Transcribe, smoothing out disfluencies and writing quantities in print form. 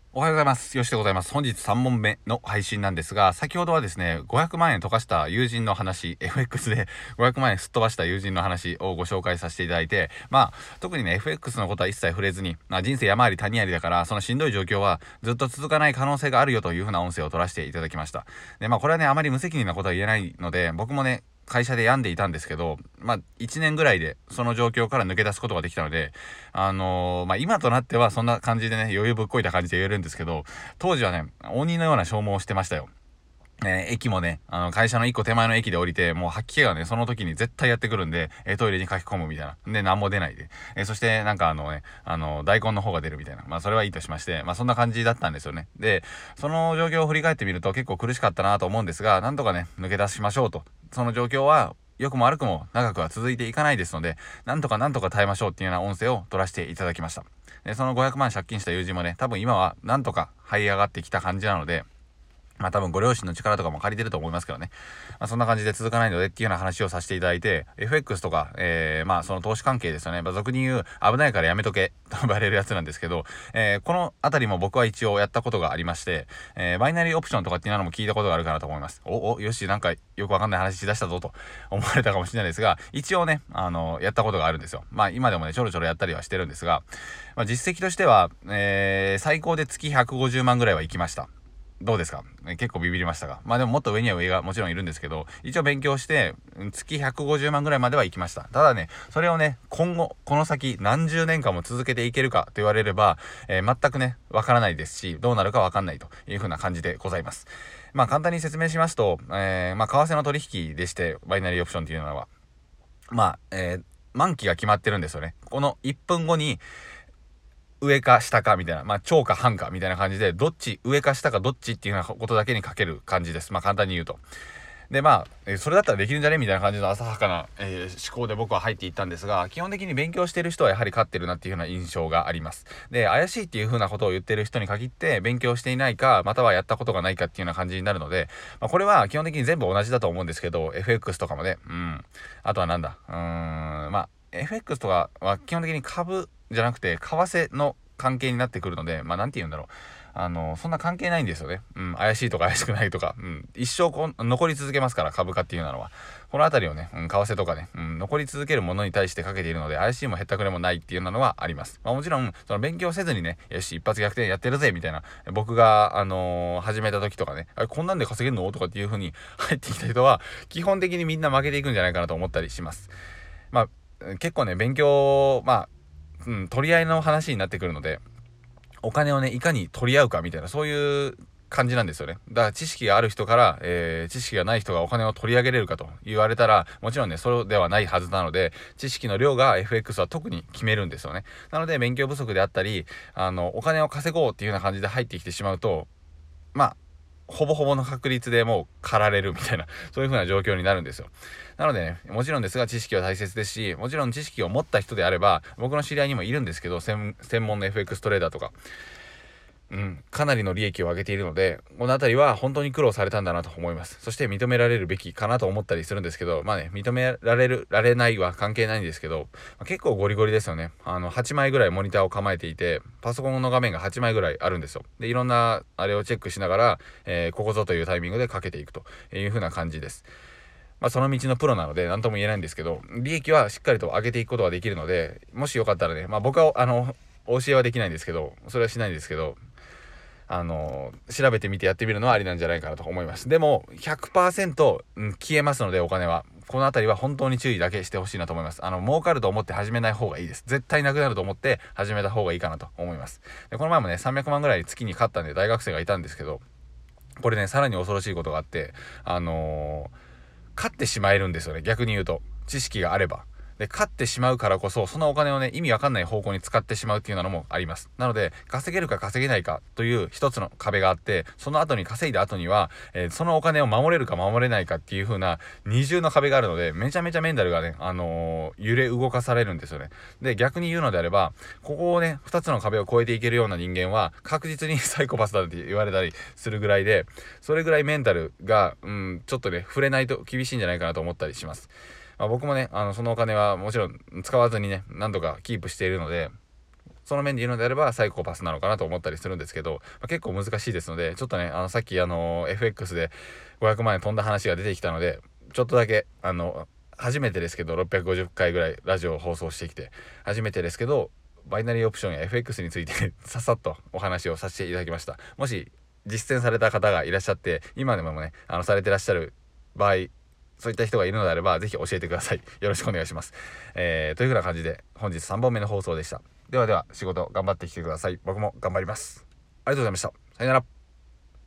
おはようございます。よしでございます。本日3問目の配信なんですが、先ほどはですね、500万円溶かした友人の話、FX で500万円すっ飛ばした友人の話をご紹介させていただいて、特にね、FX のことは一切触れずに、人生山あり谷ありだから、そのしんどい状況はずっと続かない可能性があるよというふうな音声を取らせていただきました。で、これはね、あまり無責任なことは言えないので、僕もね、会社で病んでいたんですけど、1年ぐらいでその状況から抜け出すことができたので、今となってはそんな感じでね、余裕ぶっこいた感じで言えるんですけど、当時はね、鬼のような消耗をしてましたよ。駅もね、会社の一個手前の駅で降りて、もう吐き気がね、その時に絶対やってくるんで、トイレに書き込むみたいな。で、何も出ないで。そしてなんか大根の方が出るみたいな。それはいいとしまして、そんな感じだったんですよね。で、その状況を振り返ってみると結構苦しかったなと思うんですが、なんとかね、抜け出しましょうと。その状況は、良くも悪くも長くは続いていかないですので、なんとか耐えましょうっていうような音声を取らせていただきました。で、その500万借金した友人もね、多分今はなんとか這い上がってきた感じなので、多分ご両親の力とかも借りてると思いますけどね。そんな感じで続かないのでっていうような話をさせていただいて、FX とか、その投資関係ですよね。俗に言う危ないからやめとけと呼ばれるやつなんですけど、このあたりも僕は一応やったことがありまして、バイナリーオプションとかっていうのも聞いたことがあるかなと思います。よし、なんかよくわかんない話しだしたぞと思われたかもしれないですが、一応ね、やったことがあるんですよ。今でもね、ちょろちょろやったりはしてるんですが、実績としては、最高で月150万ぐらいは行きました。どうですか？結構ビビりましたが。でももっと上には上がもちろんいるんですけど、一応勉強して、月150万ぐらいまでは行きました。ただね、それをね、今後、この先何十年間も続けていけるかと言われれば、全くね、わからないですし、どうなるかわかんないという風な感じでございます。簡単に説明しますと、為替の取引でして、バイナリーオプションっていうのは、満期が決まってるんですよね。この1分後に、上か下かみたいな、超か半かみたいな感じで、どっち、上か下かどっちっていうようなことだけにかける感じです。簡単に言うと。で、それだったらできるんじゃねみたいな感じの浅はかな、思考で僕は入っていったんですが、基本的に勉強してる人はやはり勝ってるなっていうような印象があります。で、怪しいっていう風なことを言ってる人に限って、勉強していないか、またはやったことがないかっていうような感じになるので、これは基本的に全部同じだと思うんですけど、FX とかもね、あとはなんだ、FX とかは基本的に株じゃなくて、為替の関係になってくるので、なんて言うんだろう。そんな関係ないんですよね。怪しいとか怪しくないとか、一生残り続けますから、株価っていうのは。このあたりをね、為替とかね、残り続けるものに対してかけているので、怪しいもへったくれもないっていうのはあります。もちろん、その勉強せずにね、よし、一発逆転やってるぜ、みたいな、僕が、始めた時とかね、あれ、こんなんで稼げるのとかっていう風に入ってきた人は、基本的にみんな負けていくんじゃないかなと思ったりします。結構ね、勉強、取り合いの話になってくるので、お金をね、いかに取り合うかみたいな、そういう感じなんですよね。だから知識がある人から、知識がない人がお金を取り上げれるかと言われたら、もちろんね、そうではないはずなので、知識の量が FX は特に決めるんですよね。なので、勉強不足であったり、お金を稼ごうっていうような感じで入ってきてしまうと、まあ、ほぼほぼの確率でもう狩られるみたいな、そういう風な状況になるんですよ。なのでね、もちろんですが知識は大切ですし、もちろん知識を持った人であれば、僕の知り合いにもいるんですけど、専門の FX トレーダーとか、かなりの利益を上げているので、このあたりは本当に苦労されたんだなと思います。そして認められるべきかなと思ったりするんですけど、認められる、られないは関係ないんですけど、結構ゴリゴリですよね。8枚ぐらいモニターを構えていて、パソコンの画面が8枚ぐらいあるんですよ。で、いろんなあれをチェックしながら、ここぞというタイミングでかけていくという風な感じです。その道のプロなので何とも言えないんですけど、利益はしっかりと上げていくことができるので、もしよかったらね、僕はお教えはできないんですけど、それはしないんですけど、調べてみてやってみるのはありなんじゃないかなと思います。でも、100%、消えますので、お金は。このあたりは本当に注意だけしてほしいなと思います。儲かると思って始めない方がいいです。絶対なくなると思って始めた方がいいかなと思います。で、この前もね、300万ぐらい月に買ったんで、大学生がいたんですけど、これね、さらに恐ろしいことがあって、勝ってしまえるんですよね。逆に言うと。知識があれば。で、勝ってしまうからこそ、そのお金をね、意味わかんない方向に使ってしまうっていうのもあります。なので、稼げるか稼げないかという一つの壁があって、その後に稼いだ後には、そのお金を守れるか守れないかっていう風な二重の壁があるので、めちゃめちゃメンタルがね、揺れ動かされるんですよね。で、逆に言うのであれば、ここをね、二つの壁を越えていけるような人間は、確実にサイコパスだって言われたりするぐらいで、それぐらいメンタルが、ちょっとね、触れないと厳しいんじゃないかなと思ったりします。僕もね、そのお金はもちろん使わずにね、何とかキープしているので、 その面で言うのであればサイコパスなのかなと思ったりするんですけど、結構難しいですので、ちょっとねさっきFX で500万円飛んだ話が出てきたので、ちょっとだけ初めてですけど650回ぐらいラジオを放送してきて初めてですけど、バイナリーオプションや FX についてささっとお話をさせていただきました。もし実践された方がいらっしゃって、今でもねされてらっしゃる場合、そういった人がいるのであればぜひ教えてください。よろしくお願いします。というふうな感じで本日3本目の放送でした。ではでは仕事頑張ってきてください。僕も頑張ります。ありがとうございました。さよなら。